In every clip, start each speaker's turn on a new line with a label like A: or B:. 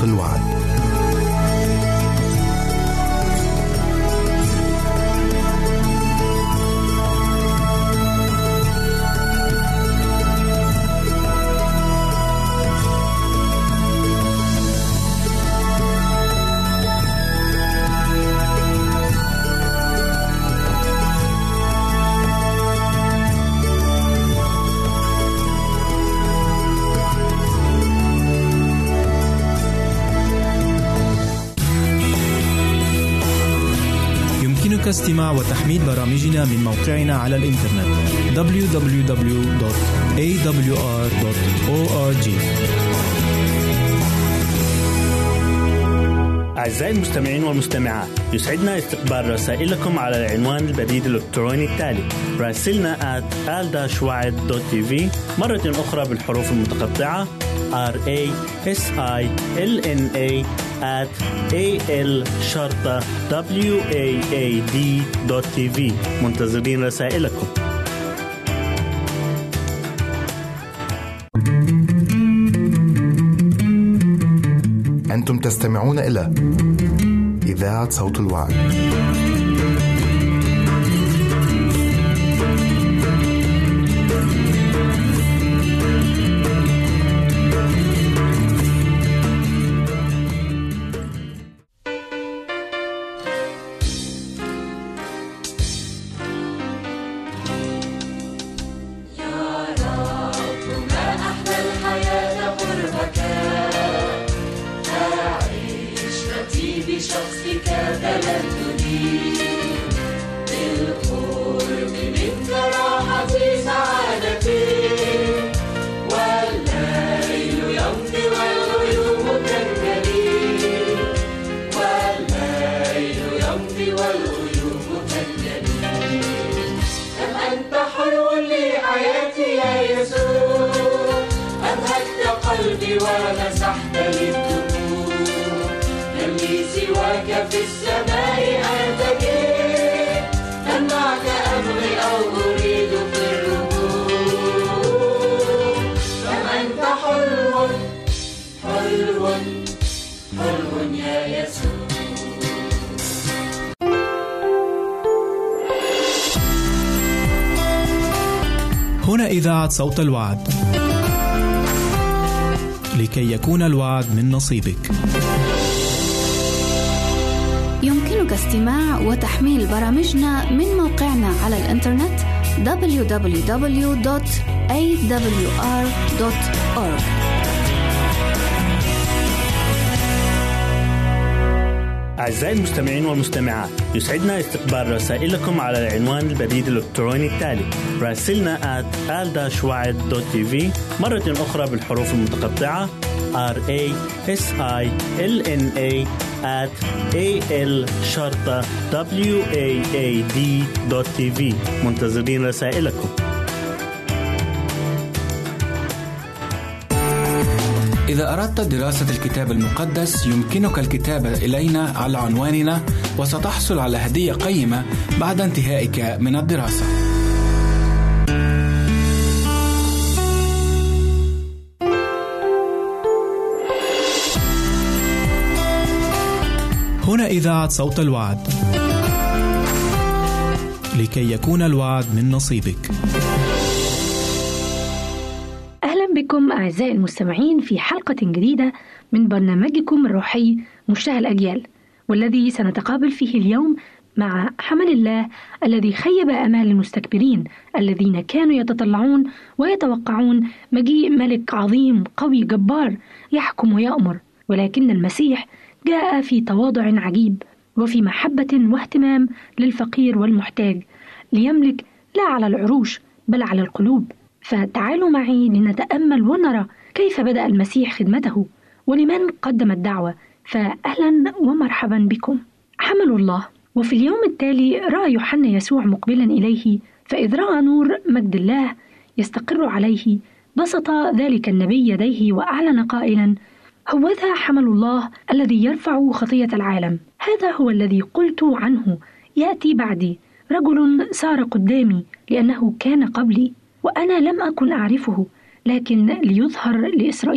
A: الوعد.
B: استماع وتحميل برامجنا من موقعنا على الإنترنت www.awr.org.
C: أعزائي المستمعين والمستمعات، يسعدنا استقبال رسائلكم على العنوان البريد الإلكتروني التالي: راسلنا @al-wa'ad.tv، مرة أخرى بالحروف المتقطعة RASILNA@al-WAAD.tv. منتظرين رسائلكم.
A: أنتم تستمعون إلى إذاعة صوت الوعد.
D: ومسحت للدموع، لم لي سواك في السماء أرتجي، من معك أبغي أو أريد في الرجوع، كم أنت حلو حلو حلو يا يسوع.
B: هنا إذاعة صوت الوعد، لكي يكون الوعد من نصيبك.
E: يمكنك استماع وتحميل برامجنا من موقعنا على الإنترنت www.awr.org.
C: أعزائي المستمعين والمستمعات، يسعدنا استقبال رسائلكم على العنوان البريد الإلكتروني التالي: راسلنا @al-wa'ad.tv، مرة أخرى بالحروف المتقطعة RASILNA@al-WAAD.tv. منتظرين رسائلكم.
F: إذا أردت دراسة الكتاب المقدس يمكنك الكتابة إلينا على عنواننا، وستحصل على هدية قيمة بعد انتهائك من الدراسة.
B: هنا إذاعة صوت الوعد، لكي يكون الوعد من نصيبك.
G: بكم أعزائي المستمعين في حلقة جديدة من برنامجكم الروحي مشتهى الأجيال، والذي سنتقابل فيه اليوم مع حمل الله الذي خيب آمال المستكبرين الذين كانوا يتطلعون ويتوقعون مجيء ملك عظيم قوي جبار يحكم ويأمر، ولكن المسيح جاء في تواضع عجيب وفي محبة واهتمام للفقير والمحتاج، ليملك لا على العروش بل على القلوب. فتعالوا معي لنتأمل ونرى كيف بدأ المسيح خدمته ولمن قدم الدعوة. فأهلا ومرحبا بكم. حمل الله. وفي اليوم التالي رأى يوحنا يسوع مقبلا إليه، فإذ رأى نور مجد الله يستقر عليه بسط ذلك النبي يديه وأعلن قائلا: هوذا حمل الله الذي يرفع خطية العالم. هذا هو الذي قلت عنه: يأتي بعدي رجل صار قدامي لأنه كان قبلي، وأنا لم أكن أعرفه، لكن ليظهر لإسرائيل.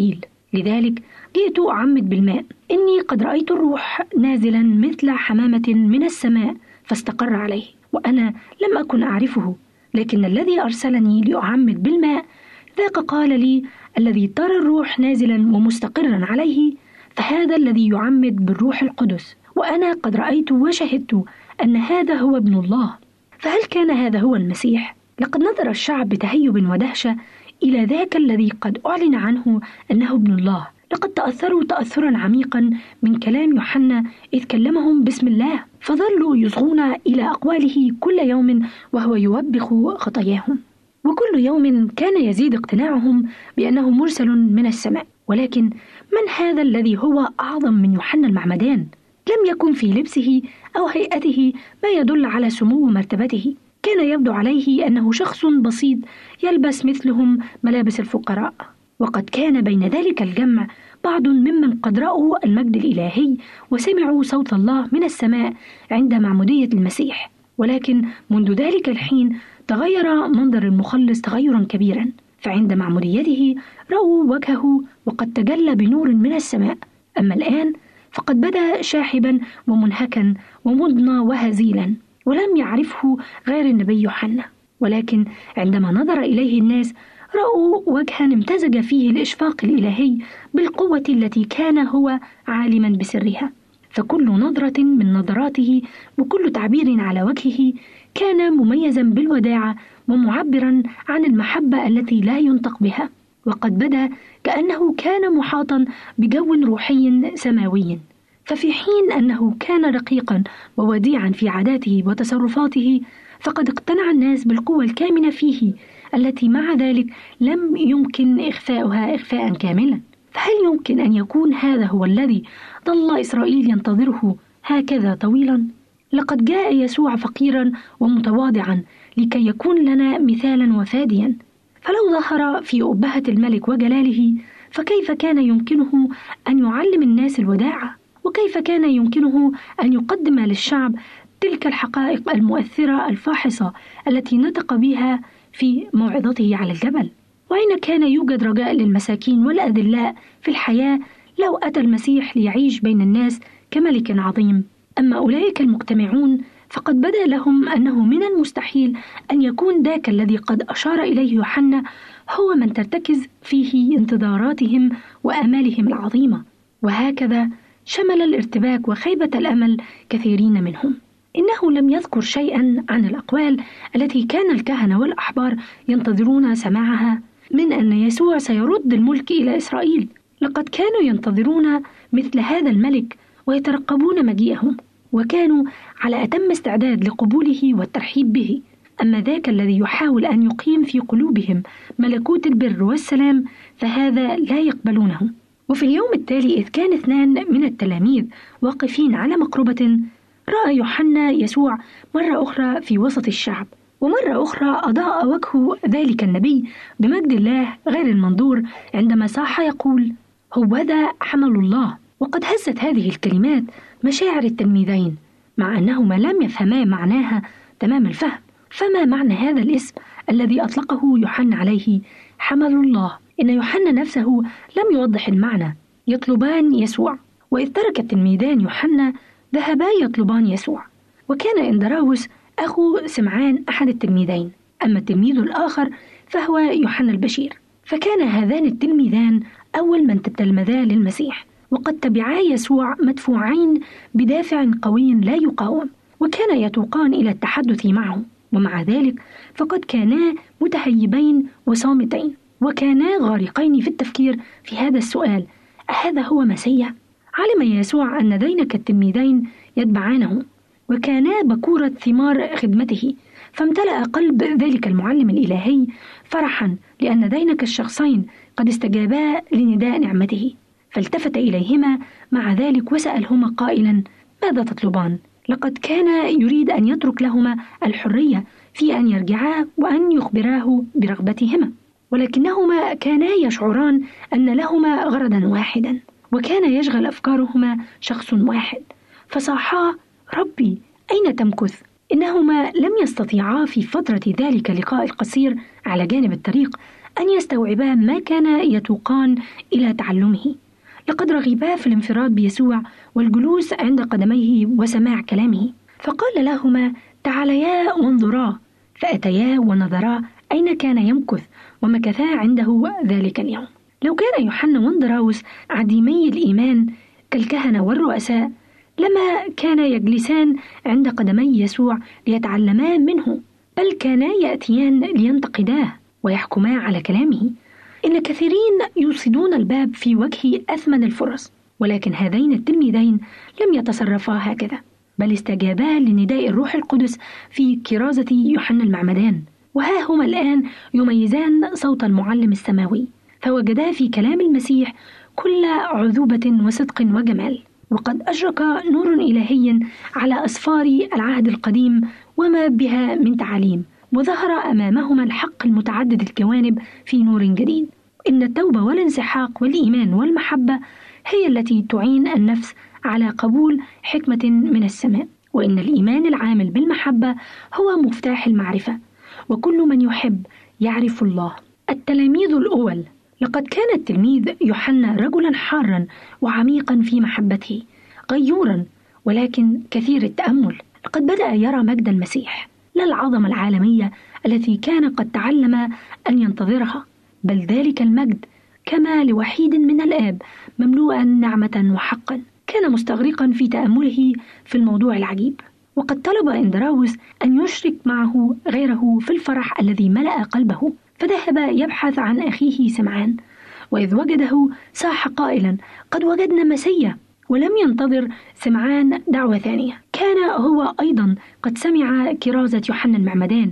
G: لذلك جئت أعمد بالماء. إني قد رأيت الروح نازلا مثل حمامة من السماء فاستقر عليه، وأنا لم أكن أعرفه، لكن الذي أرسلني لأعمد بالماء ذاك قال لي: الذي ترى الروح نازلا ومستقرا عليه فهذا الذي يعمد بالروح القدس. وأنا قد رأيت وشهدت أن هذا هو ابن الله. فهل كان هذا هو المسيح؟ لقد نظر الشعب بتهيب ودهشة إلى ذاك الذي قد أعلن عنه أنه ابن الله. لقد تأثروا تأثرا عميقا من كلام يوحنا إذ كلمهم باسم الله، فظلوا يصغون إلى أقواله كل يوم وهو يوبخ خطاياهم، وكل يوم كان يزيد اقتناعهم بأنه مرسل من السماء. ولكن من هذا الذي هو أعظم من يوحنا المعمدان؟ لم يكن في لبسه أو هيئته ما يدل على سمو مرتبته. كان يبدو عليه أنه شخص بسيط يلبس مثلهم ملابس الفقراء. وقد كان بين ذلك الجمع بعض ممن قد رأوا المجد الإلهي وسمعوا صوت الله من السماء عند معمودية المسيح. ولكن منذ ذلك الحين تغير منظر المخلص تغيرا كبيرا، فعند معموديته رأوا وجهه وقد تجلى بنور من السماء. أما الآن فقد بدا شاحبا ومنهكا ومضنى وهزيلا، ولم يعرفه غير النبي يوحنا. ولكن عندما نظر إليه الناس رأوا وجها امتزج فيه الإشفاق الإلهي بالقوة التي كان هو عالما بسرها. فكل نظرة من نظراته وكل تعبير على وجهه كان مميزا بالوداعة ومعبرا عن المحبة التي لا ينطق بها. وقد بدا كأنه كان محاطا بجو روحي سماوي. ففي حين أنه كان رقيقا ووديعا في عاداته وتصرفاته، فقد اقتنع الناس بالقوة الكامنة فيه التي مع ذلك لم يمكن إخفاؤها إخفاء كاملا. فهل يمكن أن يكون هذا هو الذي ظل إسرائيل ينتظره هكذا طويلا؟ لقد جاء يسوع فقيرا ومتواضعا لكي يكون لنا مثالا وفاديا. فلو ظهر في أبهة الملك وجلاله فكيف كان يمكنه أن يعلم الناس الوداعة؟ وكيف كان يمكنه أن يقدم للشعب تلك الحقائق المؤثرة الفاحصة التي نطق بها في موعظته على الجبل؟ وأين كان يوجد رجاء للمساكين والأذلاء في الحياة لو أتى المسيح ليعيش بين الناس كملك عظيم؟ أما أولئك المجتمعون فقد بدا لهم أنه من المستحيل أن يكون ذاك الذي قد أشار إليه يوحنا هو من ترتكز فيه انتظاراتهم وآمالهم العظيمة. وهكذا شمل الارتباك وخيبة الأمل كثيرين منهم. إنه لم يذكر شيئا عن الأقوال التي كان الكهنة والأحبار ينتظرون سماعها من أن يسوع سيرد الملك إلى إسرائيل. لقد كانوا ينتظرون مثل هذا الملك ويترقبون مجيئهم، وكانوا على أتم استعداد لقبوله والترحيب به. أما ذاك الذي يحاول أن يقيم في قلوبهم ملكوت البر والسلام فهذا لا يقبلونه. وفي اليوم التالي إذ كان 2 من التلاميذ واقفين على مقربة، رأى يوحنا يسوع مرة أخرى في وسط الشعب، ومرة أخرى أضاء وجه ذلك النبي بمجد الله غير المنظور عندما صاح يقول: هوذا حمل الله. وقد هزت هذه الكلمات مشاعر التلميذين مع أنهما لم يفهما معناها تمام الفهم. فما معنى هذا الاسم الذي أطلقه يوحنا عليه حمل الله؟ إن يوحنا نفسه لم يوضح المعنى. يطلبان يسوع، وإذ ترك التلميذان يوحنا ذهبا يطلبان يسوع. وكان إندراوس أخو سمعان أحد التلميذين، أما التلميذ الآخر فهو يوحنا البشير. فكان هذان التلميذان أول من تتلمذا للمسيح، وقد تبعا يسوع مدفوعين بدافع قوي لا يقاوم، وكان يتوقان إلى التحدث معه. ومع ذلك فقد كانا متهيبين وصامتين، وكانا غارقين في التفكير في هذا السؤال: أهذا هو مسيح؟ علم يسوع أن ذينك التلميذين يتبعانه، وكانا بكورة ثمار خدمته، فامتلأ قلب ذلك المعلم الإلهي فرحا لأن ذينك الشخصين قد استجابا لنداء نعمته. فالتفت إليهما مع ذلك وسألهما قائلا: ماذا تطلبان؟ لقد كان يريد أن يترك لهما الحرية في أن يرجعا وأن يخبراه برغبتهما، ولكنهما كانا يشعران أن لهما غرضا واحدا، وكان يشغل أفكارهما شخص واحد. فصاحا: ربي أين تمكث؟ إنهما لم يستطيعا في فترة ذلك اللقاء القصير على جانب الطريق أن يستوعبا ما كان يتوقان إلى تعلمه. لقد رغبا في الانفراد بيسوع والجلوس عند قدميه وسماع كلامه، فقال لهما: تعاليا وانظرا. فأتيا ونظرا أين كان يمكث، ومكثا عنده ذلك اليوم. لو كان يوحنا واندراوس عديمي الإيمان كالكهنة والرؤساء لما كانا يجلسان عند قدمي يسوع ليتعلما منه، بل كانا يأتيان لينتقداه ويحكما على كلامه. إن كثيرين يوصدون الباب في وجه أثمن الفرص، ولكن هذين التلميذين لم يتصرفا هكذا، بل استجابا لنداء الروح القدس في كرازة يوحنا المعمدان، وها هما الآن يميزان صوت المعلم السماوي، فوجدا في كلام المسيح كل عذوبة وصدق وجمال، وقد أشرق نور إلهي على أسفار العهد القديم وما بها من تعاليم، وظهر أمامهما الحق المتعدد الجوانب في نور جديد. إن التوبة والانسحاق والإيمان والمحبة هي التي تعين النفس على قبول حكمة من السماء، وإن الإيمان العامل بالمحبة هو مفتاح المعرفة، وكل من يحب يعرف الله. التلاميذ الأول. لقد كان التلميذ يوحنا رجلا حارا وعميقا في محبته، غيورا ولكن كثير التأمل. لقد بدأ يرى مجد المسيح، لا العظمة العالمية التي كان قد تعلم أن ينتظرها، بل ذلك المجد كما لوحيد من الآب مملوءا نعمة وحقا. كان مستغرقا في تأمله في الموضوع العجيب، وقد طلب اندراوس أن يشرك معه غيره في الفرح الذي ملأ قلبه، فذهب يبحث عن أخيه سمعان، وإذ وجده صاح قائلا: قد وجدنا مسيا. ولم ينتظر سمعان دعوة ثانية، كان هو أيضا قد سمع كرازة يوحنا المعمدان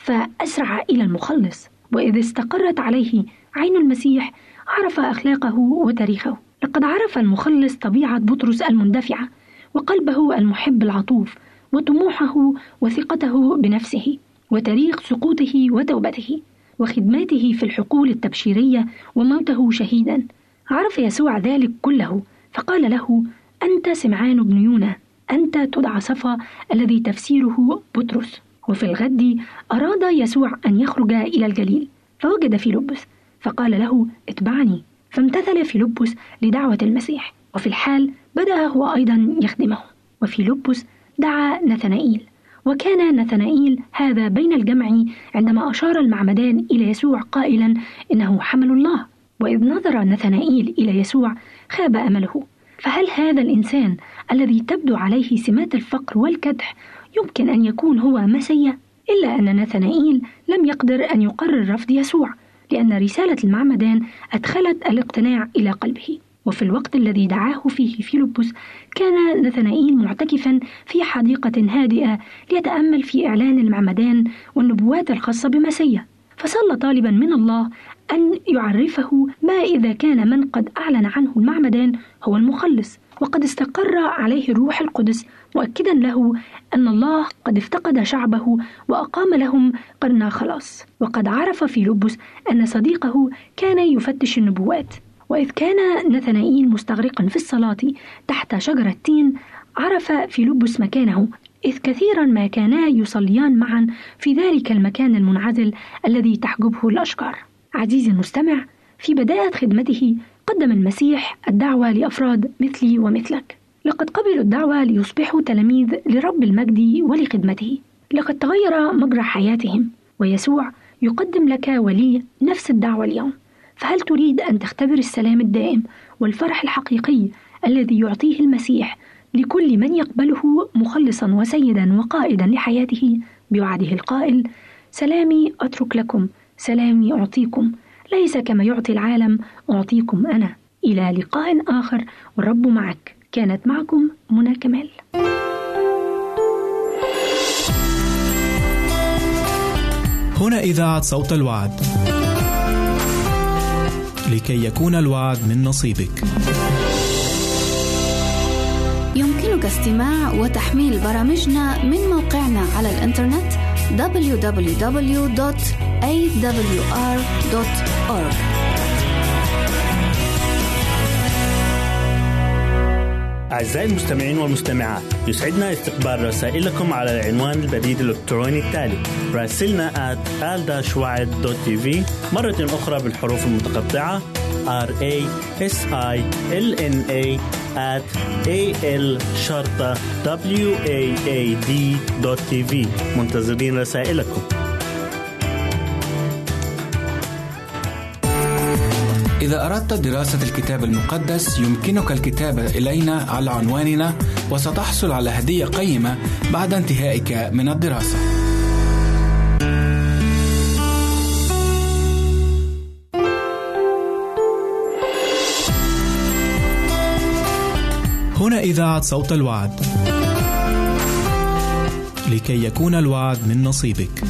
G: فأسرع إلى المخلص، وإذ استقرت عليه عين المسيح عرف أخلاقه وتاريخه. لقد عرف المخلص طبيعة بطرس المندفعة، وقلبه المحب العطوف، وطموحه وثقته بنفسه، وتاريخ سقوطه وتوبته، وخدماته في الحقول التبشيرية، وموته شهيدا. عرف يسوع ذلك كله، فقال له: أنت سمعان بن يونا، أنت تدعى صفا الذي تفسيره بطرس. وفي الغد أراد يسوع أن يخرج إلى الجليل، فوجد فيلبس فقال له: اتبعني. فامتثل فيلبس لدعوة المسيح، وفي الحال بدأ هو أيضا يخدمه. وفيلبس دعا نثنائيل، وكان نثنائيل هذا بين الجمع عندما أشار المعمدان إلى يسوع قائلا إنه حمل الله. وإذ نظر نثنائيل إلى يسوع خاب أمله، فهل هذا الإنسان الذي تبدو عليه سمات الفقر والكدح يمكن أن يكون هو مسيا؟ إلا أن نثنائيل لم يقدر أن يقرر رفض يسوع، لأن رسالة المعمدان أدخلت الاقتناع إلى قلبه. وفي الوقت الذي دعاه فيه فيلبس كان نثنائيل معتكفا في حديقة هادئة ليتأمل في إعلان المعمدان والنبوات الخاصة بمسيا، فصلى طالبا من الله أن يعرفه ما إذا كان من قد أعلن عنه المعمدان هو المخلص، وقد استقر عليه الروح القدس، مؤكدا له أن الله قد افتقد شعبه وأقام لهم قرن خلاص. وقد عرف فيلبس أن صديقه كان يفتش النبوات. وإذ كان نثنائيل مستغرقا في الصلاة تحت شجرة تين، عرف فيلبس مكانه، إذ كثيرا ما كانا يصليان معا في ذلك المكان المنعزل الذي تحجبه الأشجار. عزيزي المستمع، في بداية خدمته قدم المسيح الدعوة لأفراد مثلي ومثلك. لقد قبلوا الدعوة ليصبحوا تلاميذ لرب المجد ولخدمته. لقد تغير مجرى حياتهم، ويسوع يقدم لك ولي نفس الدعوة اليوم. فهل تريد أن تختبر السلام الدائم والفرح الحقيقي الذي يعطيه المسيح لكل من يقبله مخلصا وسيدا وقائدا لحياته بوعده القائل: سلامي أترك لكم، سلامي أعطيكم، ليس كما يعطي العالم أعطيكم أنا. إلى لقاء آخر، والرب معك. كانت معكم منى كمال.
B: هنا إذاعة صوت الوعد، لكي يكون الوعد من نصيبك.
E: يمكنك استماع وتحميل برامجنا من موقعنا على الإنترنت www.awr.org.
C: أعزائي المستمعين والمستمعات، يسعدنا استقبال رسائلكم على العنوان البريد الإلكتروني التالي: راسلنا @al-wa'ed.tv. مرة أخرى بالحروف المتقطعة RASILNA@al-waad.tv. منتظرين رسائلكم.
F: إذا أردت دراسة الكتاب المقدس يمكنك الكتابة إلينا على عنواننا، وستحصل على هدية قيمة بعد انتهائك من الدراسة.
B: هنا إذاعة صوت الوعد، لكي يكون الوعد من نصيبك.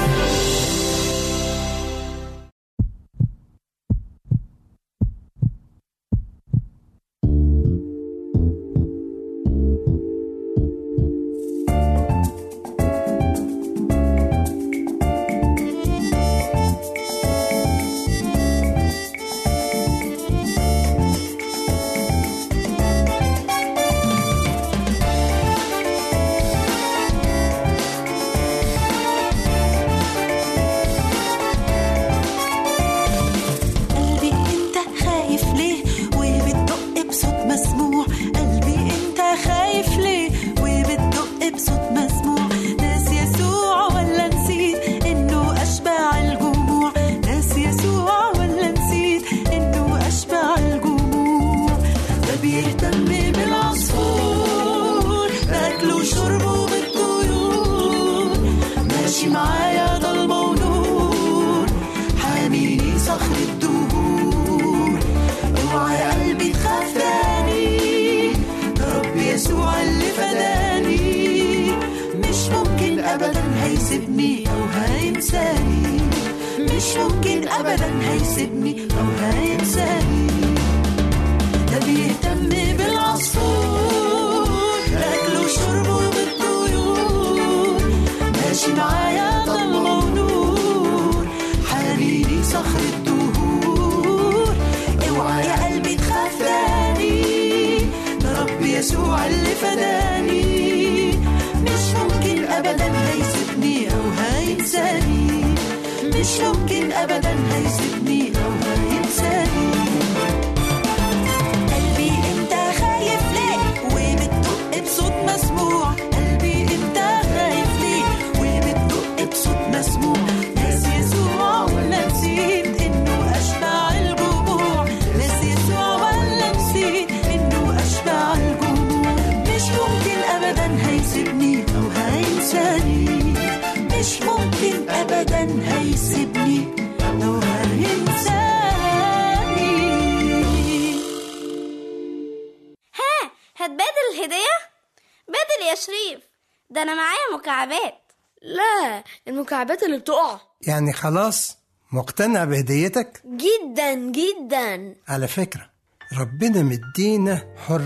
H: هتبادل الهدية؟ بادل يا شريف، ده أنا معايا مكعبات.
I: لا، المكعبات اللي بتقع.
J: يعني خلاص مقتنع بهديتك؟
I: جدا جدا.
J: على فكرة ربنا مدينا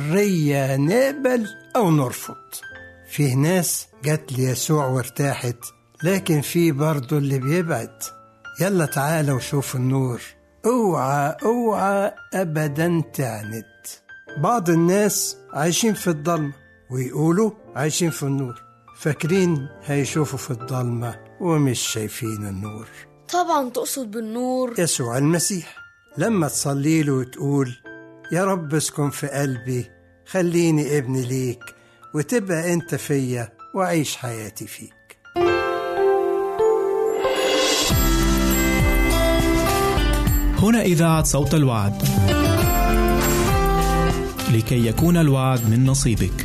J: حرية نقبل أو نرفض. فيه ناس جت ليسوع وارتاحت، لكن فيه برضو اللي بيبعد. يلا تعالى وشوف النور، اوعى أبدا تعند. بعض الناس عايشين في الضلمة ويقولوا عايشين في النور، فاكرين هيشوفوا في الضلمة ومش شايفين النور.
I: طبعا تقصد بالنور
J: يسوع المسيح. لما تصلي له وتقول يا رب اسكن في قلبي، خليني ابن ليك، وتبقى انت فيا وعيش حياتي فيك.
B: هنا إذاعة صوت الوعد، لكي يكون الوعد من نصيبك.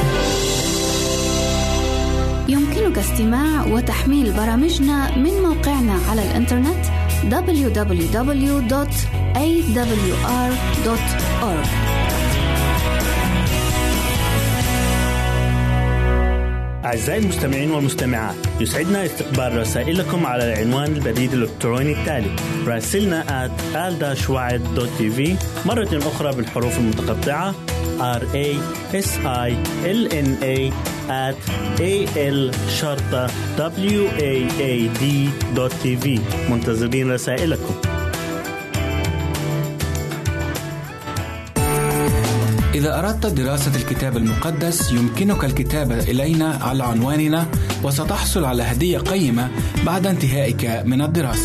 E: يمكنك استماع وتحميل برامجنا من موقعنا على الإنترنت www.awr.org.
C: أعزائي المستمعين والمستمعات، يسعدنا استقبال رسائلكم على العنوان البريد الإلكتروني التالي: راسلنا @al-wa'ed.tv. مرة أخرى بالحروف المتقطعة RASILNA@al-waad.tv. منتظرين رسائلكم.
F: إذا أردت دراسة الكتاب المقدس يمكنك الكتابة إلينا على عنواننا، وستحصل على هدية قيمة بعد انتهائك من الدراسة.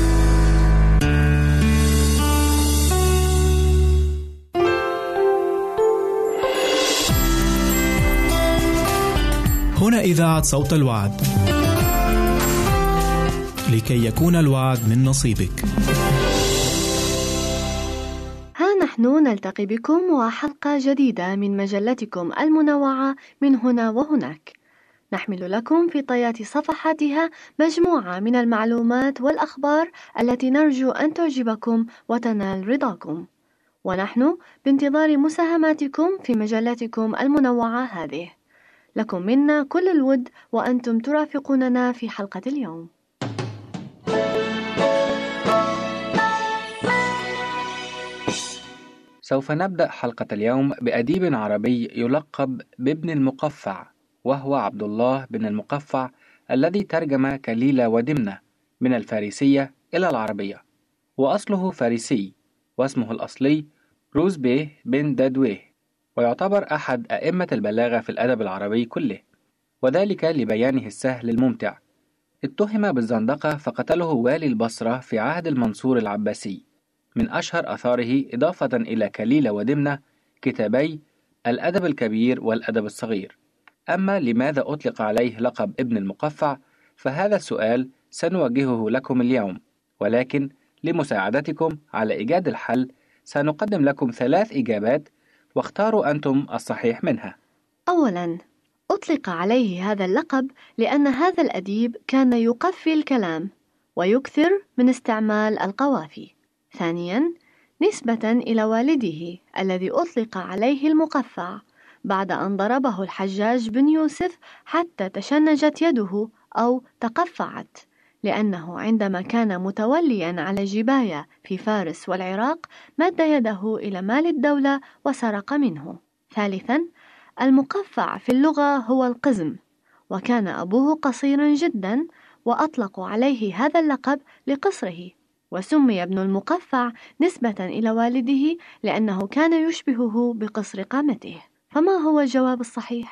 B: هنا إذاعة صوت الوعد، لكي يكون الوعد من نصيبك.
K: نحن نلتقي بكم وحلقة جديدة من مجلتكم المنوعة من هنا وهناك. نحمل لكم في طيات صفحاتها مجموعة من المعلومات والأخبار التي نرجو أن تعجبكم وتنال رضاكم، ونحن بانتظار مساهماتكم في مجلتكم المنوعة هذه. لكم منا كل الود وأنتم ترافقوننا في حلقة اليوم.
F: سوف نبدأ حلقة اليوم بأديب عربي يلقب بابن المقفع، وهو عبد الله بن المقفع، الذي ترجم كليلة ودمنة من الفارسية إلى العربية، وأصله فارسي، واسمه الأصلي روزبيه بن دادويه، ويعتبر أحد أئمة البلاغة في الأدب العربي كله، وذلك لبيانه السهل الممتع. اتهم بالزندقة فقتله والي البصرة في عهد المنصور العباسي. من أشهر أثاره إضافة إلى كليلة ودمنة كتابي الأدب الكبير والأدب الصغير. أما لماذا أطلق عليه لقب ابن المقفع؟ فهذا السؤال سنوجهه لكم اليوم، ولكن لمساعدتكم على إيجاد الحل سنقدم لكم 3 إجابات، واختاروا أنتم الصحيح منها.
K: أولاً، أطلق عليه هذا اللقب لأن هذا الأديب كان يقفي الكلام ويكثر من استعمال القوافي. ثانياً، نسبة إلى والده الذي أطلق عليه المقفع بعد أن ضربه الحجاج بن يوسف حتى تشنجت يده أو تقفعت، لأنه عندما كان متولياً على جباية في فارس والعراق مد يده إلى مال الدولة وسرق منه. ثالثاً، المقفع في اللغة هو القزم، وكان أبوه قصيراً جداً وأطلقوا عليه هذا اللقب لقصره، وسمي ابن المقفع نسبة إلى والده لأنه كان يشبهه بقصر قامته. فما هو الجواب الصحيح؟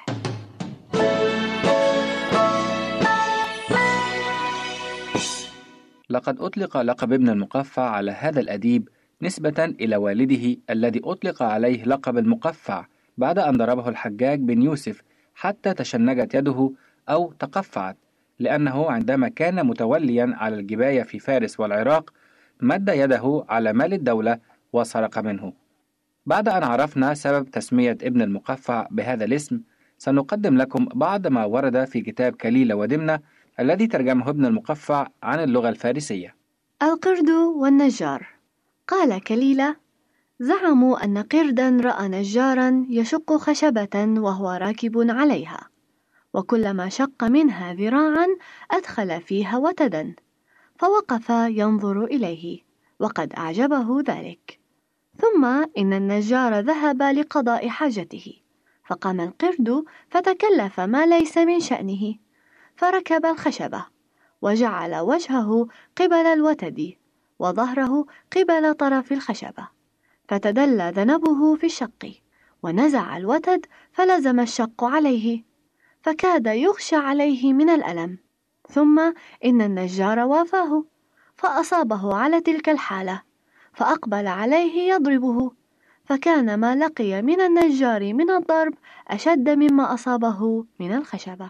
F: لقد أطلق لقب ابن المقفع على هذا الأديب نسبة إلى والده الذي أطلق عليه لقب المقفع بعد أن ضربه الحجاج بن يوسف حتى تشنجت يده أو تقفعت، لأنه عندما كان متوليا على الجباية في فارس والعراق مد يده على مال الدولة وسرق منه. بعد أن عرفنا سبب تسمية ابن المقفع بهذا الاسم، سنقدم لكم بعض ما ورد في كتاب كليلة ودمنة الذي ترجمه ابن المقفع عن اللغة الفارسية.
K: القرد والنجار. قال كليلة: زعموا أن قردا رأى نجارا يشق خشبة وهو راكب عليها، وكلما شق منها ذراعا أدخل فيها وتدا، فوقف ينظر إليه وقد أعجبه ذلك. ثم إن النجار ذهب لقضاء حاجته، فقام القرد فتكلف ما ليس من شأنه، فركب الخشبة وجعل وجهه قبل الوتد وظهره قبل طرف الخشبة، فتدلى ذنبه في الشق، ونزع الوتد فلزم الشق عليه، فكاد يغشى عليه من الألم. ثم إن النجار وافاه فأصابه على تلك الحالة، فأقبل عليه يضربه، فكان ما لقي من النجار من الضرب أشد مما أصابه من الخشبة.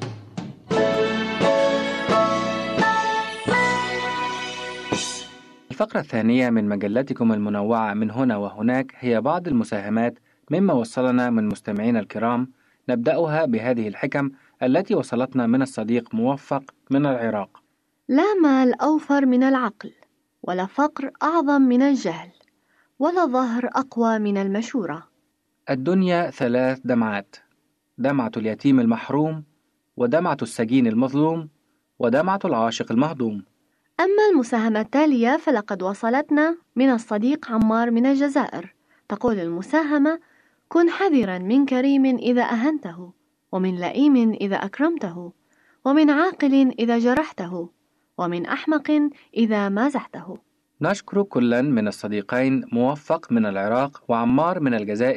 F: الفقرة الثانية من مجلتكم المنوعة من هنا وهناك هي بعض المساهمات مما وصلنا من مستمعين الكرام. نبدأها بهذه الحكم التي وصلتنا من الصديق موفق من العراق.
K: لا مال أوفر من العقل، ولا فقر أعظم من الجهل، ولا ظهر أقوى من المشورة.
F: الدنيا 3 دمعات: دمعة اليتيم المحروم، ودمعة السجين المظلوم، ودمعة العاشق المهضوم.
K: أما المساهمة التالية فلقد وصلتنا من الصديق عمار من الجزائر. تقول المساهمة: كن حذرا من كريم إذا أهنته، ومن لئيم إذا أكرمته، ومن عاقل إذا جرحته، ومن أحمق إذا مازحته.
F: نشكر كلا من الصديقين موفق من العراق وعمار من الجزائر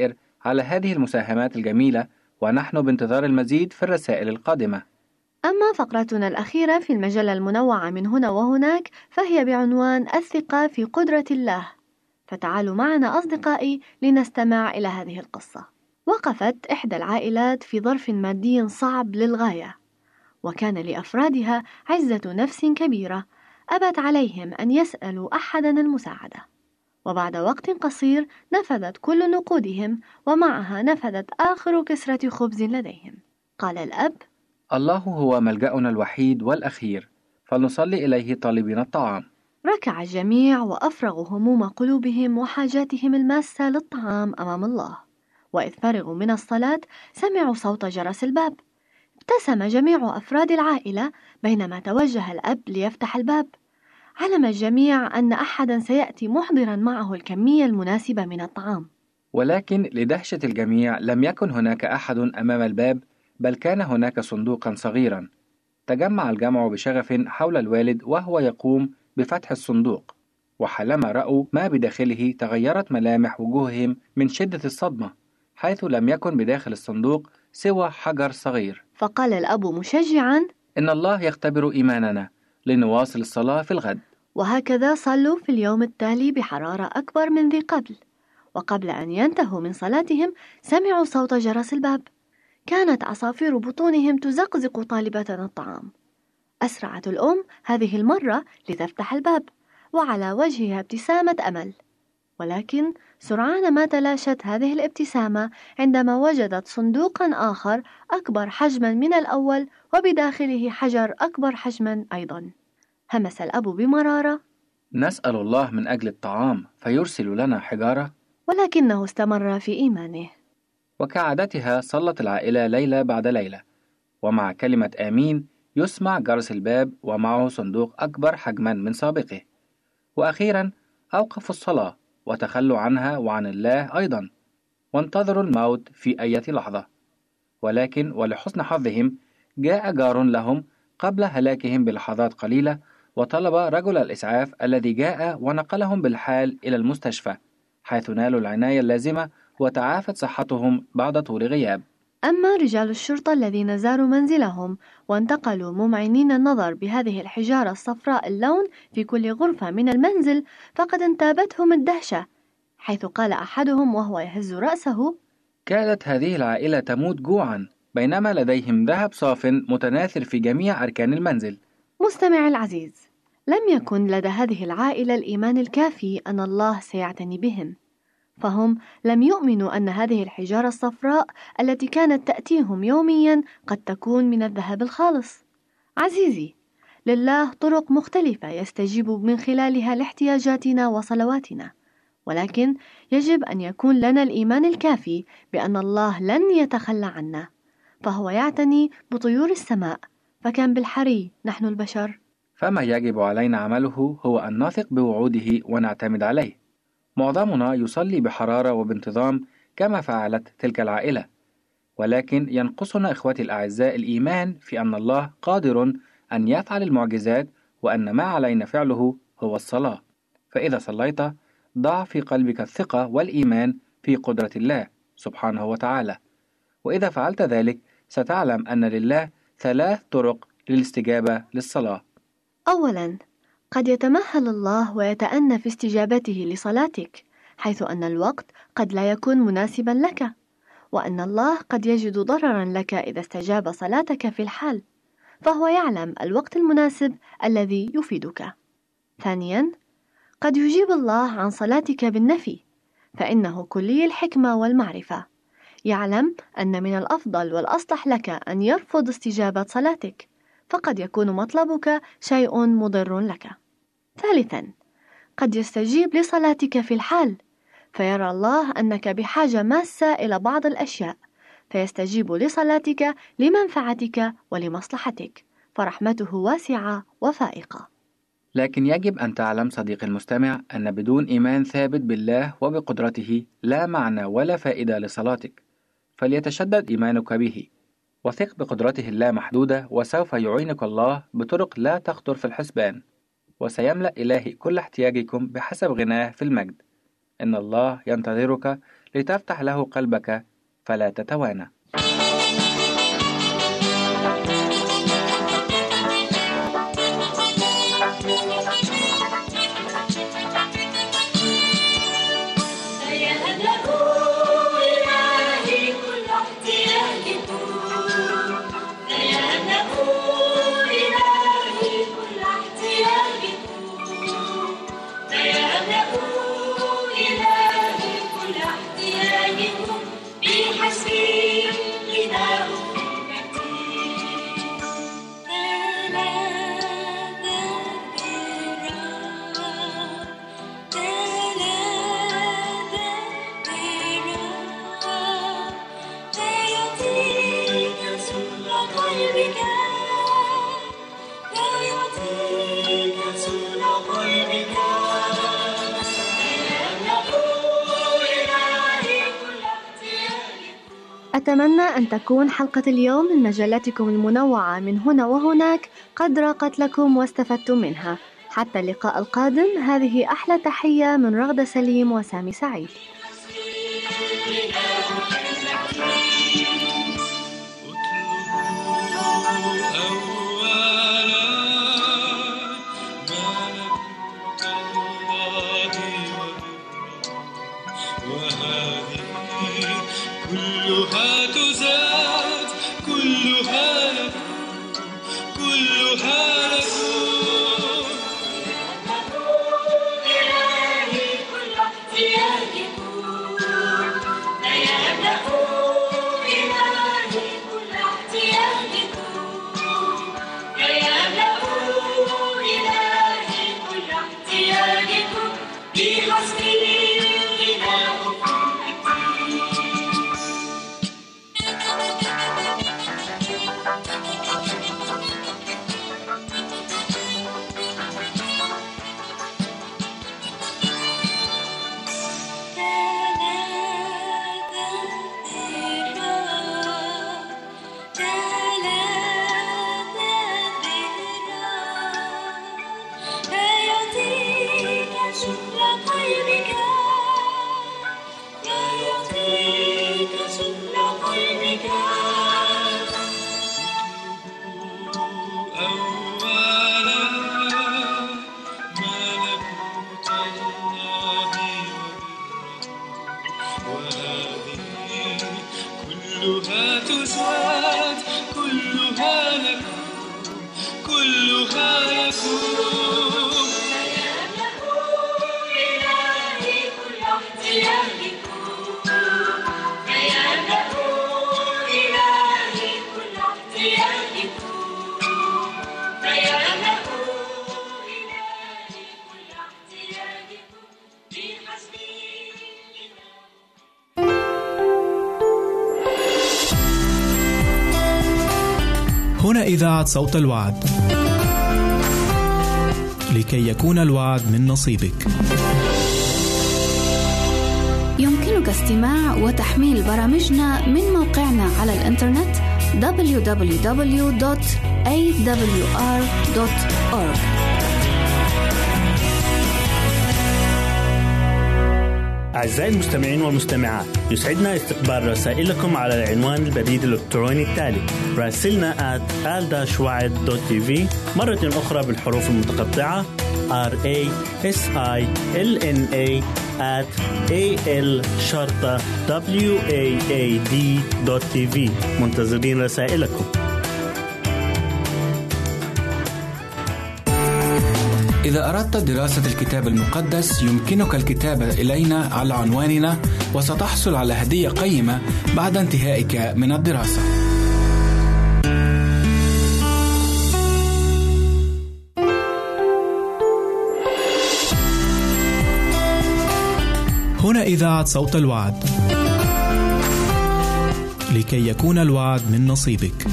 F: على هذه المساهمات الجميلة، ونحن بانتظار المزيد في الرسائل القادمة.
K: أما فقرتنا الأخيرة في المجلة المنوعة من هنا وهناك فهي بعنوان الثقة في قدرة الله. فتعالوا معنا أصدقائي لنستمع إلى هذه القصة. وقفت إحدى العائلات في ظرف مادي صعب للغاية، وكان لأفرادها عزة نفس كبيرة أبت عليهم أن يسألوا أحدا المساعدة. وبعد وقت قصير نفذت كل نقودهم، ومعها نفذت آخر كسرة خبز لديهم. قال الأب:
F: الله هو ملجأنا الوحيد والأخير، فلنصلي إليه طالبين الطعام.
K: ركع الجميع وأفرغوا هموم قلوبهم وحاجاتهم الماسة للطعام أمام الله. وإذ فرغوا من الصلاة سمعوا صوت جرس الباب. ابتسم جميع أفراد العائلة بينما توجه الأب ليفتح الباب. علم الجميع أن أحدا سيأتي محضرا معه الكمية المناسبة من الطعام.
F: ولكن لدهشة الجميع لم يكن هناك أحد أمام الباب، بل كان هناك صندوقا صغيرا. تجمع الجمع بشغف حول الوالد وهو يقوم بفتح الصندوق، وحالما رأوا ما بداخله تغيرت ملامح وجوههم من شدة الصدمة، حيث لم يكن بداخل الصندوق سوى حجر صغير.
K: فقال الأب مشجعا:
F: إن الله يختبر إيماننا لنواصل الصلاة في الغد.
K: وهكذا صلوا في اليوم التالي بحرارة أكبر من ذي قبل. وقبل أن ينتهوا من صلاتهم سمعوا صوت جرس الباب. كانت عصافير بطونهم تزقزق طالبة الطعام. أسرعت الأم هذه المرة لتفتح الباب، وعلى وجهها ابتسامة أمل. ولكن سرعان ما تلاشت هذه الابتسامة عندما وجدت صندوقا آخر أكبر حجما من الأول، وبداخله حجر أكبر حجما أيضا. همس الأب بمرارة:
F: نسأل الله من أجل الطعام فيرسل لنا حجارة؟
K: ولكنه استمر في إيمانه.
F: وكعادتها صلت العائلة ليلة بعد ليلة، ومع كلمة آمين يسمع جرس الباب ومعه صندوق أكبر حجما من سابقه. وأخيرا أوقفوا الصلاة وتخلوا عنها وعن الله أيضا، وانتظروا الموت في أي لحظة. ولكن ولحسن حظهم جاء جار لهم قبل هلاكهم بلحظات قليلة، وطلب رجل الإسعاف الذي جاء ونقلهم بالحال إلى المستشفى، حيث نالوا العناية اللازمة وتعافت صحتهم بعد طول غياب.
K: أما رجال الشرطة الذين زاروا منزلهم وانتقلوا ممعنين النظر بهذه الحجارة الصفراء اللون في كل غرفة من المنزل، فقد انتابتهم الدهشة، حيث قال أحدهم وهو يهز رأسه:
F: كادت هذه العائلة تموت جوعا بينما لديهم ذهب صاف متناثر في جميع أركان المنزل.
K: مستمع العزيز، لم يكن لدى هذه العائلة الإيمان الكافي أن الله سيعتني بهم، فهم لم يؤمنوا أن هذه الحجارة الصفراء التي كانت تأتيهم يوميا قد تكون من الذهب الخالص. عزيزي، لله طرق مختلفة يستجيب من خلالها لاحتياجاتنا وصلواتنا، ولكن يجب أن يكون لنا الإيمان الكافي بأن الله لن يتخلى عنا، فهو يعتني بطيور السماء، فكان بالحري نحن البشر.
F: فما يجب علينا عمله هو أن نثق بوعوده ونعتمد عليه. معظمنا يصلي بحرارة وبانتظام كما فعلت تلك العائلة، ولكن ينقصنا إخوتي الأعزاء الإيمان في أن الله قادر أن يفعل المعجزات، وأن ما علينا فعله هو الصلاة. فإذا صليت ضع في قلبك الثقة والإيمان في قدرة الله سبحانه وتعالى، وإذا فعلت ذلك ستعلم أن لله 3 طرق للاستجابة للصلاة.
K: أولاً، قد يتمهل الله ويتأنى في استجابته لصلاتك، حيث أن الوقت قد لا يكون مناسبا لك، وأن الله قد يجد ضررا لك إذا استجاب صلاتك في الحال، فهو يعلم الوقت المناسب الذي يفيدك. ثانياً، قد يجيب الله عن صلاتك بالنفي، فإنه كلي الحكمة والمعرفة، يعلم أن من الأفضل والأصلح لك أن يرفض استجابة صلاتك، فقد يكون مطلبك شيء مضر لك. ثالثاً، قد يستجيب لصلاتك في الحال، فيرى الله أنك بحاجة ماسة إلى بعض الأشياء، فيستجيب لصلاتك لمنفعتك ولمصلحتك، فرحمته واسعة وفائقة.
F: لكن يجب أن تعلم صديقي المستمع أن بدون إيمان ثابت بالله وبقدرته لا معنى ولا فائدة لصلاتك، فليتشدد إيمانك به، وثق بقدرته اللامحدودة، وسوف يعينك الله بطرق لا تخطر في الحسبان، وسيملأ إلهي كل احتياجكم بحسب غناه في المجد. إن الله ينتظرك لتفتح له قلبك فلا تتوانى.
K: أتمنى أن تكون حلقة اليوم من مجلاتكم المنوعة من هنا وهناك قد راقت لكم واستفدتم منها. حتى اللقاء القادم، هذه أحلى تحية من رغدة سليم وسامي سعيد.
L: كلها تزاد كلها لكم إلهي كل احتياجكم فيملأوا إلهي كل احتياجكم فيملأوا إلهي كل احتياجكم بحسب كلها تزاد كلها لكم كلها لكم فيملأوا إلهي كل احتياجكم فيملأوا إلهي كل احتياجكم فيملأوا إلهي كل احتياجكم بحسب
B: هنا إذاعة صوت الوعد، لكي يكون الوعد من نصيبك.
E: يمكنك استماع وتحميل برامجنا من موقعنا على الإنترنت www.awr.org.
C: أعزائي المستمعين والمستمعات، يسعدنا استقبال رسائلكم على العنوان البريد الإلكتروني التالي: راسلنا @al-wad.tv، مرة أخرى بالحروف المتقطعة RASILNA@al-waad.tv. منتظرين رسائلكم.
F: إذا أردت دراسة الكتاب المقدس يمكنك الكتابة إلينا على عنواننا، وستحصل على هدية قيمة بعد انتهائك من الدراسة.
B: هنا إذاعة صوت الوعد، لكي يكون الوعد من نصيبك.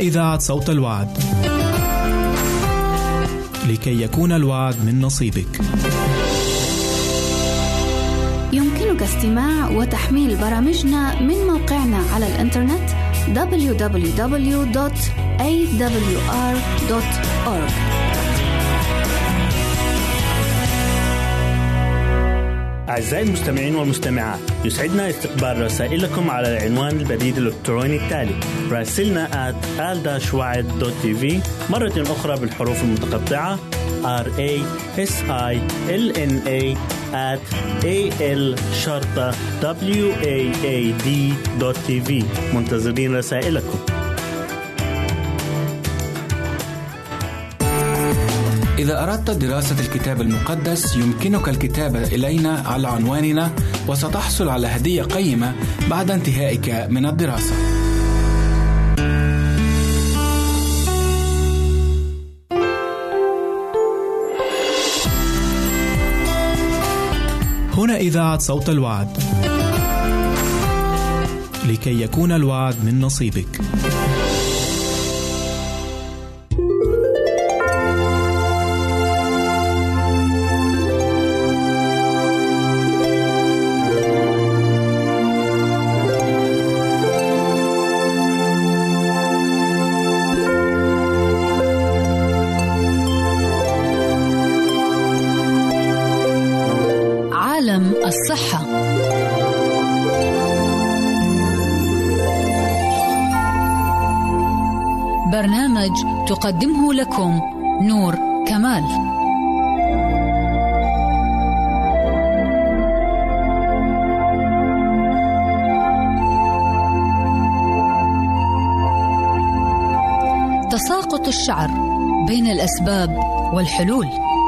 B: إذاعة صوت الوعد، لكي يكون الوعد من نصيبك.
E: يمكنك استماع وتحميل برامجنا من موقعنا على الإنترنت www.awr.org.
C: أعزائي المستمعين والمستمعات، يسعدنا استقبال رسائلكم على العنوان البريد الإلكتروني التالي: راسلنا @al-wad.tv، مرة أخرى بالحروف المتقطعة rasilna@al-waad.tv. منتظرين رسائلكم.
F: إذا أردت دراسة الكتاب المقدس يمكنك الكتابة إلينا على عنواننا، وستحصل على هدية قيمة بعد انتهائك من الدراسة.
B: هنا إذاعة صوت الوعد، لكي يكون الوعد من نصيبك.
M: الصحة. برنامج تقدمه لكم نور كمال. تساقط الشعر بين الأسباب والحلول.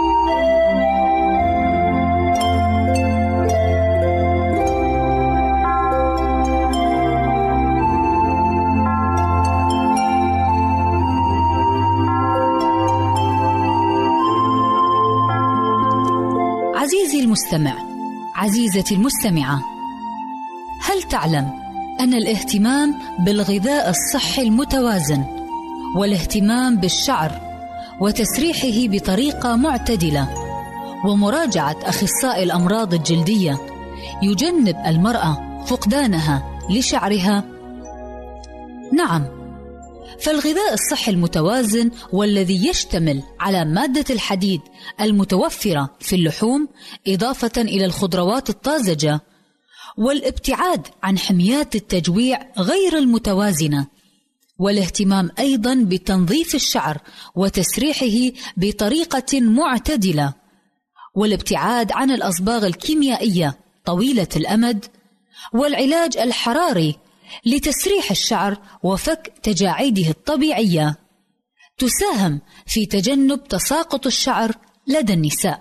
M: عزيزي المستمع، عزيزتي المستمعة، هل تعلم أن الاهتمام بالغذاء الصحي المتوازن والاهتمام بالشعر وتسريحه بطريقة معتدلة ومراجعة أخصائي الأمراض الجلدية يجنب المرأة فقدانها لشعرها؟ نعم، فالغذاء الصحي المتوازن والذي يشتمل على مادة الحديد المتوفرة في اللحوم إضافة إلى الخضروات الطازجة والابتعاد عن حميات التجويع غير المتوازنة والاهتمام أيضا بتنظيف الشعر وتسريحه بطريقة معتدلة والابتعاد عن الأصباغ الكيميائية طويلة الأمد والعلاج الحراري لتسريح الشعر وفك تجاعيده الطبيعية تساهم في تجنب تساقط الشعر لدى النساء.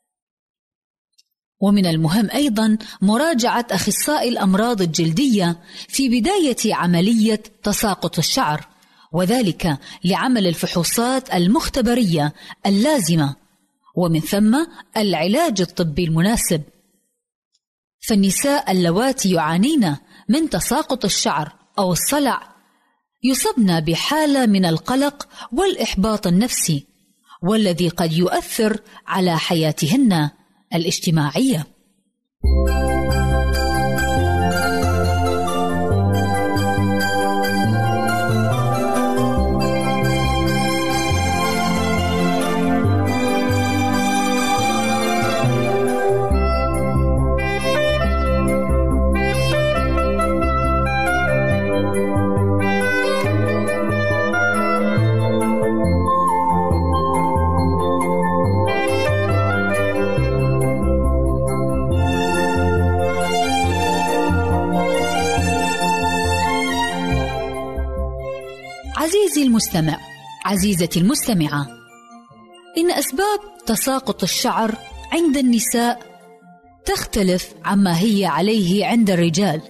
M: ومن المهم أيضا مراجعة أخصائي الأمراض الجلدية في بداية عملية تساقط الشعر، وذلك لعمل الفحوصات المختبرية اللازمة ومن ثم العلاج الطبي المناسب. فالنساء اللواتي يعانين من تساقط الشعر أو الصلع يصبن بحالة من القلق والإحباط النفسي، والذي قد يؤثر على حياتهن الاجتماعية. عزيزي المستمع، عزيزتي المستمعة، إن أسباب تساقط الشعر عند النساء تختلف عما هي عليه عند الرجال.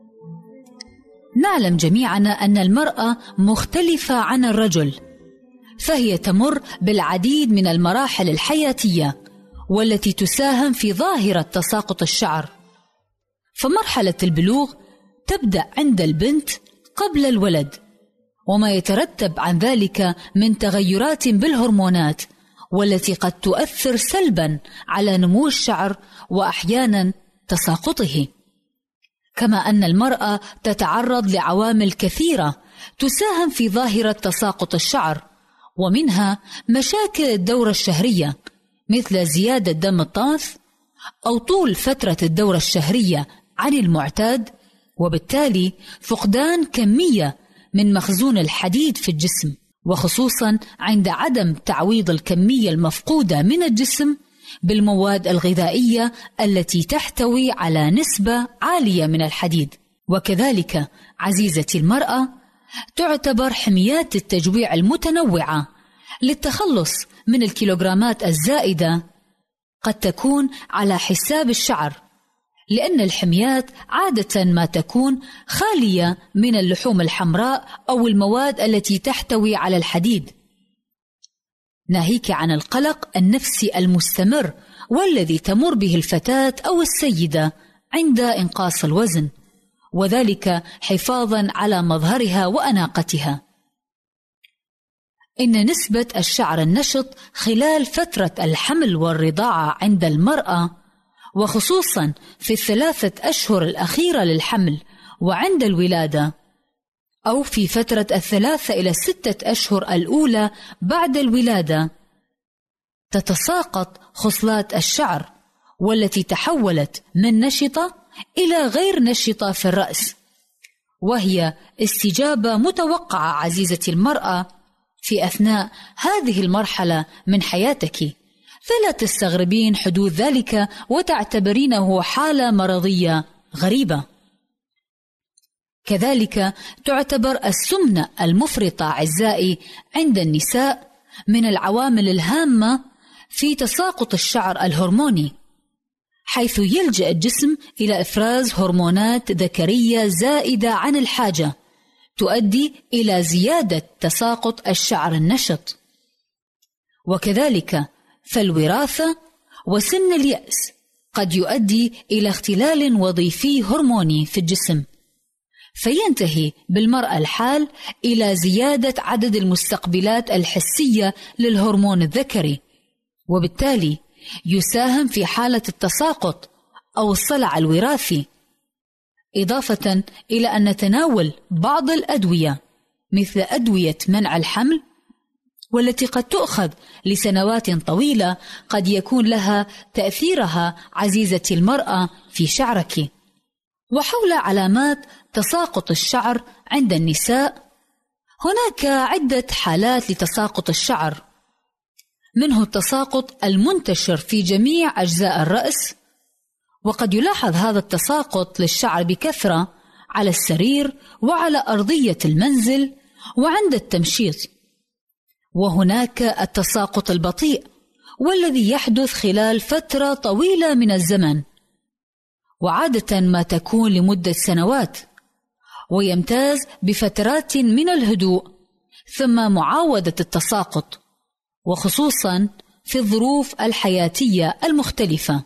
M: نعلم جميعنا أن المرأة مختلفة عن الرجل، فهي تمر بالعديد من المراحل الحياتية والتي تساهم في ظاهرة تساقط الشعر. فمرحلة البلوغ تبدأ عند البنت قبل الولد، وما يترتب عن ذلك من تغيرات بالهرمونات، والتي قد تؤثر سلبا على نمو الشعر وأحيانا تساقطه. كما أن المرأة تتعرض لعوامل كثيرة تساهم في ظاهرة تساقط الشعر، ومنها مشاكل الدورة الشهرية مثل زيادة دم الطمث أو طول فترة الدورة الشهرية عن المعتاد، وبالتالي فقدان كمية من مخزون الحديد في الجسم، وخصوصا عند عدم تعويض الكمية المفقودة من الجسم بالمواد الغذائية التي تحتوي على نسبة عالية من الحديد. وكذلك عزيزتي المرأة، تعتبر حميات التجويع المتنوعة للتخلص من الكيلوغرامات الزائدة قد تكون على حساب الشعر، لأن الحميات عادة ما تكون خالية من اللحوم الحمراء أو المواد التي تحتوي على الحديد، ناهيك عن القلق النفسي المستمر والذي تمر به الفتاة أو السيدة عند إنقاص الوزن، وذلك حفاظا على مظهرها وأناقتها. إن نسبة الشعر النشط خلال فترة الحمل والرضاعة عند المرأة، وخصوصا في 3 أشهر الأخيرة للحمل وعند الولادة، أو في فترة 3 إلى 6 أشهر الأولى بعد الولادة، تتساقط خصلات الشعر والتي تحولت من نشطة إلى غير نشطة في الرأس، وهي استجابة متوقعة عزيزتي المرأة في أثناء هذه المرحلة من حياتك، فلا تستغربين حدوث ذلك وتعتبرينه حالة مرضية غريبة. كذلك تعتبر السمنة المفرطة أعزائي عند النساء من العوامل الهامة في تساقط الشعر الهرموني، حيث يلجأ الجسم إلى إفراز هرمونات ذكرية زائدة عن الحاجة تؤدي إلى زيادة تساقط الشعر النشط. وكذلك فالوراثة وسن اليأس قد يؤدي إلى اختلال وظيفي هرموني في الجسم، فينتهي بالمرأة الحال إلى زيادة عدد المستقبلات الحسية للهرمون الذكري، وبالتالي يساهم في حالة التساقط أو الصلع الوراثي، إضافة إلى أن نتناول بعض الأدوية مثل أدوية منع الحمل والتي قد تؤخذ لسنوات طويلة قد يكون لها تأثيرها عزيزتي المرأة في شعرك. وحول علامات تساقط الشعر عند النساء، هناك عدة حالات لتساقط الشعر، منه التساقط المنتشر في جميع أجزاء الرأس، وقد يلاحظ هذا التساقط للشعر بكثرة على السرير وعلى أرضية المنزل وعند التمشيط. وهناك التساقط البطيء والذي يحدث خلال فترة طويلة من الزمن، وعادة ما تكون لمدة سنوات، ويمتاز بفترات من الهدوء ثم معاودة التساقط، وخصوصا في الظروف الحياتية المختلفة.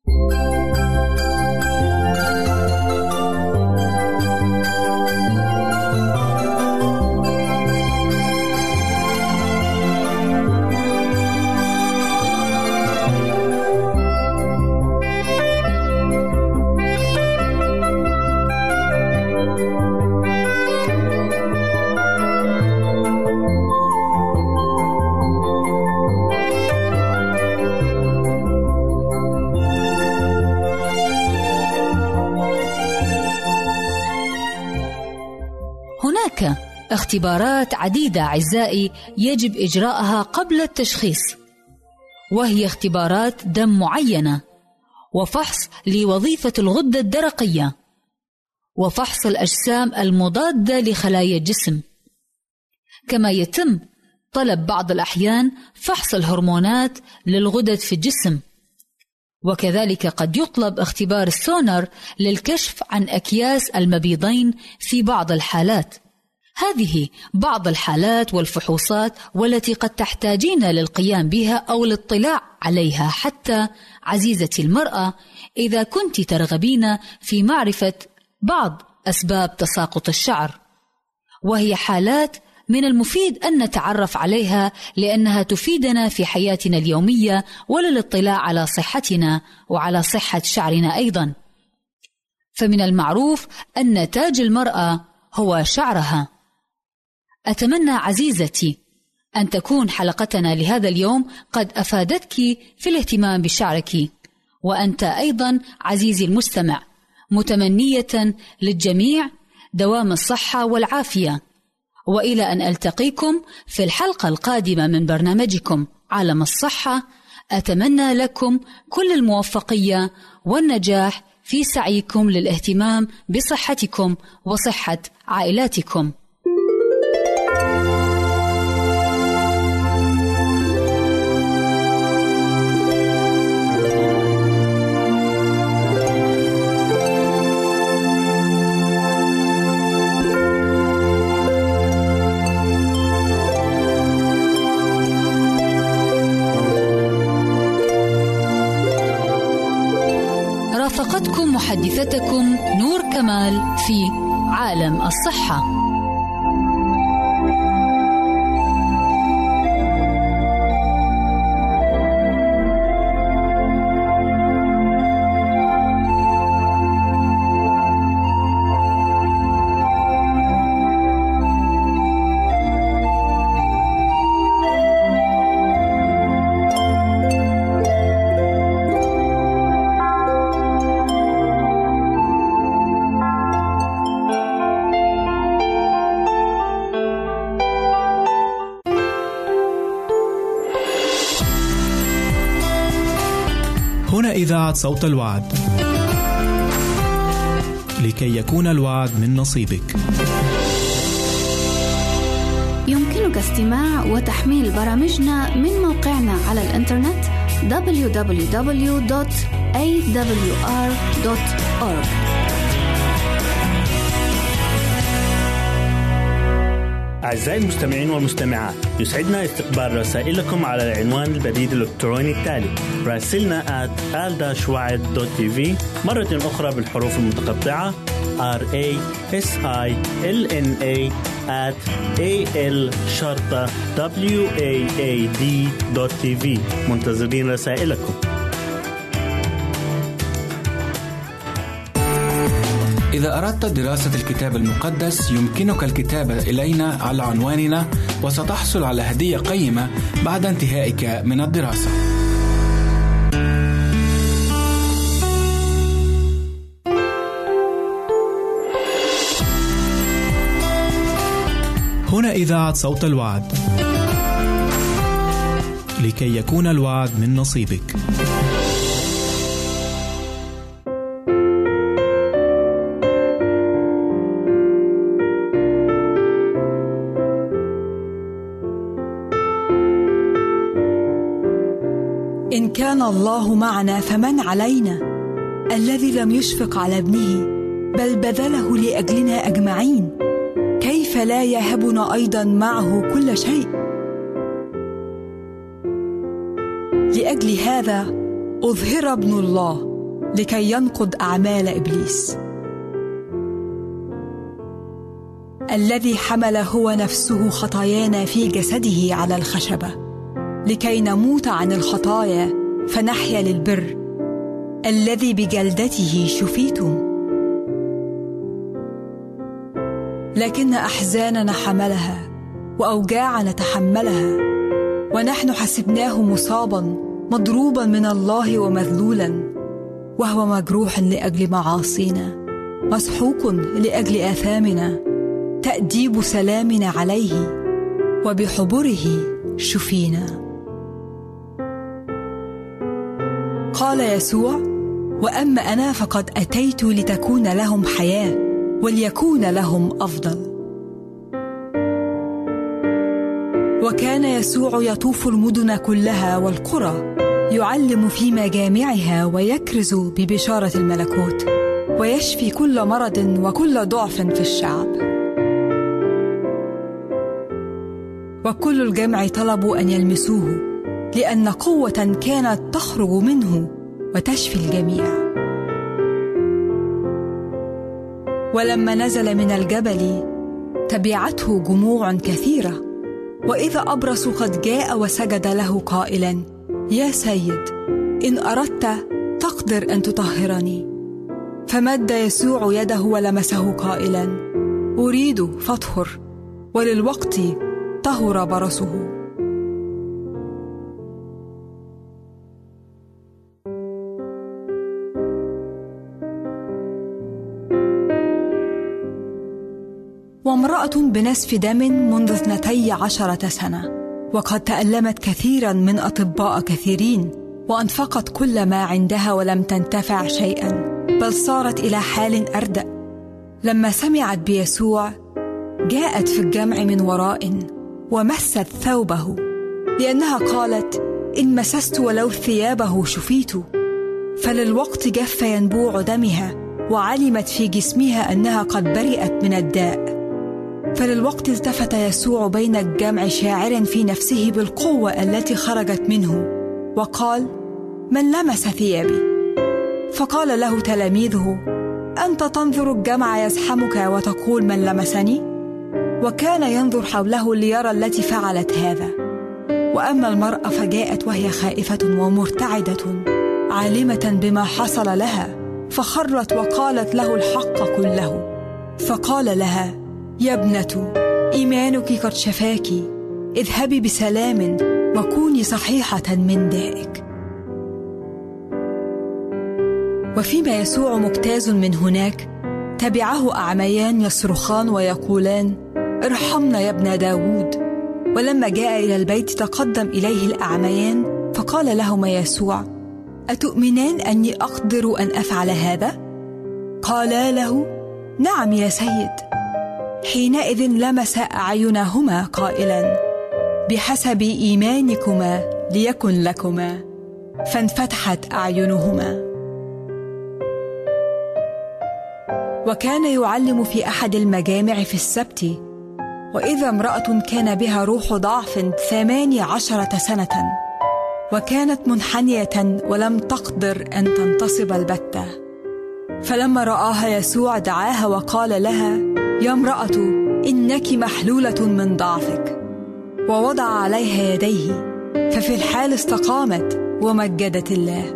M: هناك اختبارات عديدة أعزائي يجب إجراءها قبل التشخيص، وهي اختبارات دم معينة، وفحص لوظيفة الغدة الدرقية، وفحص الأجسام المضادة لخلايا الجسم. كما يتم طلب بعض الأحيان فحص الهرمونات للغدد في الجسم، وكذلك قد يطلب اختبار السونار للكشف عن أكياس المبيضين في بعض الحالات. هذه بعض الحالات والفحوصات والتي قد تحتاجين للقيام بها أو الاطلاع عليها حتى عزيزتي المرأة إذا كنت ترغبين في معرفة بعض أسباب تساقط الشعر، وهي حالات من المفيد أن نتعرف عليها لأنها تفيدنا في حياتنا اليومية وللاطلاع على صحتنا وعلى صحة شعرنا أيضا. فمن المعروف أن تاج المرأة هو شعرها. أتمنى عزيزتي أن تكون حلقتنا لهذا اليوم قد أفادتك في الاهتمام بشعرك، وأنت أيضا عزيزي المستمع متمنية للجميع دوام الصحة والعافية. وإلى أن ألتقيكم في الحلقة القادمة من برنامجكم عالم الصحة، أتمنى لكم كل الموفقية والنجاح في سعيكم للاهتمام بصحتكم وصحة عائلاتكم. رافقتكم محدثتكم نور كمال في عالم الصحة.
B: هنا إذاعة صوت الوعد، لكي يكون الوعد من نصيبك.
E: يمكنك استماع وتحميل برامجنا من موقعنا على الإنترنت www.awr.org.
C: أعزائي المستمعين والمستمعات، يسعدنا استقبال رسائلكم على العنوان البريد الإلكتروني التالي: راسلنا @al-wad.tv، مرة أخرى بالحروف المتقطعة RASILNA@al-wad.tv. منتظرين رسائلكم.
N: إذا أردت دراسة الكتاب المقدس يمكنك الكتابة إلينا على عنواننا، وستحصل على هدية قيمة بعد انتهائك من الدراسة.
B: هنا إذاعة صوت الوعد، لكي يكون الوعد من نصيبك.
O: إن كان الله معنا فمن علينا، الذي لم يشفق على ابنه بل بذله لأجلنا أجمعين، كيف لا يهبنا أيضا معه كل شيء؟ لأجل هذا أظهر ابن الله لكي ينقض أعمال إبليس، الذي حمل هو نفسه خطايانا في جسده على الخشبة، لكي نموت عن الخطايا فنحيا للبر، الذي بجلدته شفيتم. لكن أحزاننا حملها وأوجاعنا تحملها، ونحن حسبناه مصابا مضروبا من الله ومذلولا، وهو مجروح لأجل معاصينا، مسحوق لأجل آثامنا، تأديب سلامنا عليه، وبحبره شفينا. قال يسوع: وأما أنا فقد أتيت لتكون لهم حياة وليكون لهم أفضل. وكان يسوع يطوف المدن كلها والقرى، يعلم في مجامعها ويكرز ببشارة الملكوت، ويشفي كل مرض وكل ضعف في الشعب. وكل الجمع طلبوا أن يلمسوه، لأن قوة كانت تخرج منه وتشفي الجميع. ولما نزل من الجبل تبعته جموع كثيرة، وإذا أبرص قد جاء وسجد له قائلا: يا سيد، إن أردت تقدر أن تطهرني. فمد يسوع يده ولمسه قائلا: أريد فاطهر. وللوقت طهر برصه. وامرأة بنزف دم منذ 12 سنة، وقد تألمت كثيرا من أطباء كثيرين، وأنفقت كل ما عندها ولم تنتفع شيئا، بل صارت إلى حال أردأ. لما سمعت بيسوع جاءت في الجمع من وراء ومست ثوبه، لأنها قالت: إن مسست ولو ثيابه شفيت. فللوقت جف ينبوع دمها، وعلمت في جسمها أنها قد برئت من الداء. فللوقت التفت يسوع بين الجمع شاعرا في نفسه بالقوة التي خرجت منه، وقال: من لمس ثيابي؟ فقال له تلاميذه: أنت تنظر الجمع يزحمك وتقول من لمسني؟ وكان ينظر حوله ليرى التي فعلت هذا. وأما المرأة فجاءت وهي خائفة ومرتعدة عالمة بما حصل لها، فخرت وقالت له الحق كله. فقال لها: يا ابنة، إيمانك قد شفاك، اذهبي بسلام وكوني صحيحة من دائك. وفيما يسوع مجتاز من هناك، تبعه أعميان يصرخان ويقولان: ارحمنا يا ابن داود. ولما جاء إلى البيت تقدم إليه الأعميان، فقال لهما يسوع: أتؤمنان أني أقدر أن أفعل هذا؟ قالا له: نعم يا سيد. حينئذ لمس أعينهما قائلا: بحسب إيمانكما ليكن لكما. فانفتحت أعينهما. وكان يعلم في أحد المجامع في السبت، وإذا امرأة كان بها روح ضعف 18 سنة، وكانت منحنية ولم تقدر أن تنتصب البتة. فلما رآها يسوع دعاها وقال لها: يا امرأة، إنك محلولة من ضعفك. ووضع عليها يديه، ففي الحال استقامت ومجدت الله.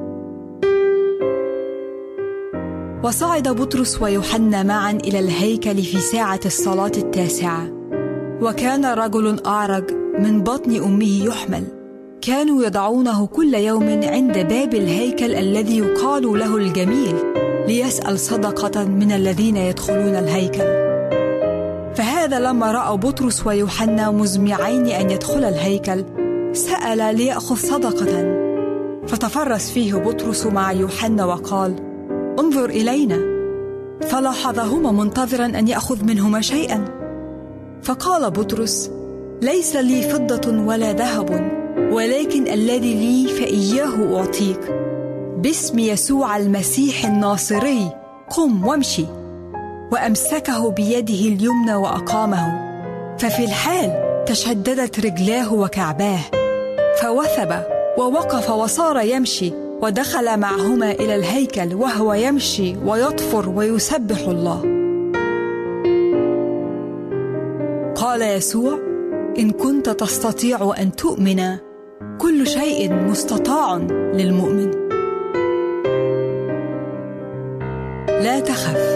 O: وصعد بطرس ويوحنا معا إلى الهيكل في ساعة الصلاة 9، وكان رجل أعرج من بطن أمه يحمل، كانوا يضعونه كل يوم عند باب الهيكل الذي يقال له الجميل، ليسأل صدقة من الذين يدخلون الهيكل. فهذا لما رأى بطرس ويوحنا مزمعين أن يدخل الهيكل، سأل ليأخذ صدقة. فتفرس فيه بطرس مع يوحنا وقال: انظر إلينا. فلاحظهما منتظرا أن يأخذ منهما شيئا. فقال بطرس: ليس لي فضة ولا ذهب، ولكن الذي لي فإياه أعطيك. باسم يسوع المسيح الناصري قم وامشي. وأمسكه بيده اليمنى وأقامه. ففي الحال تشددت رجلاه وكعباه، فوثب ووقف وصار يمشي، ودخل معهما إلى الهيكل وهو يمشي ويطفر ويسبح الله. قال يسوع: إن كنت تستطيع أن تؤمن، كل شيء مستطاع للمؤمن. لا تخف،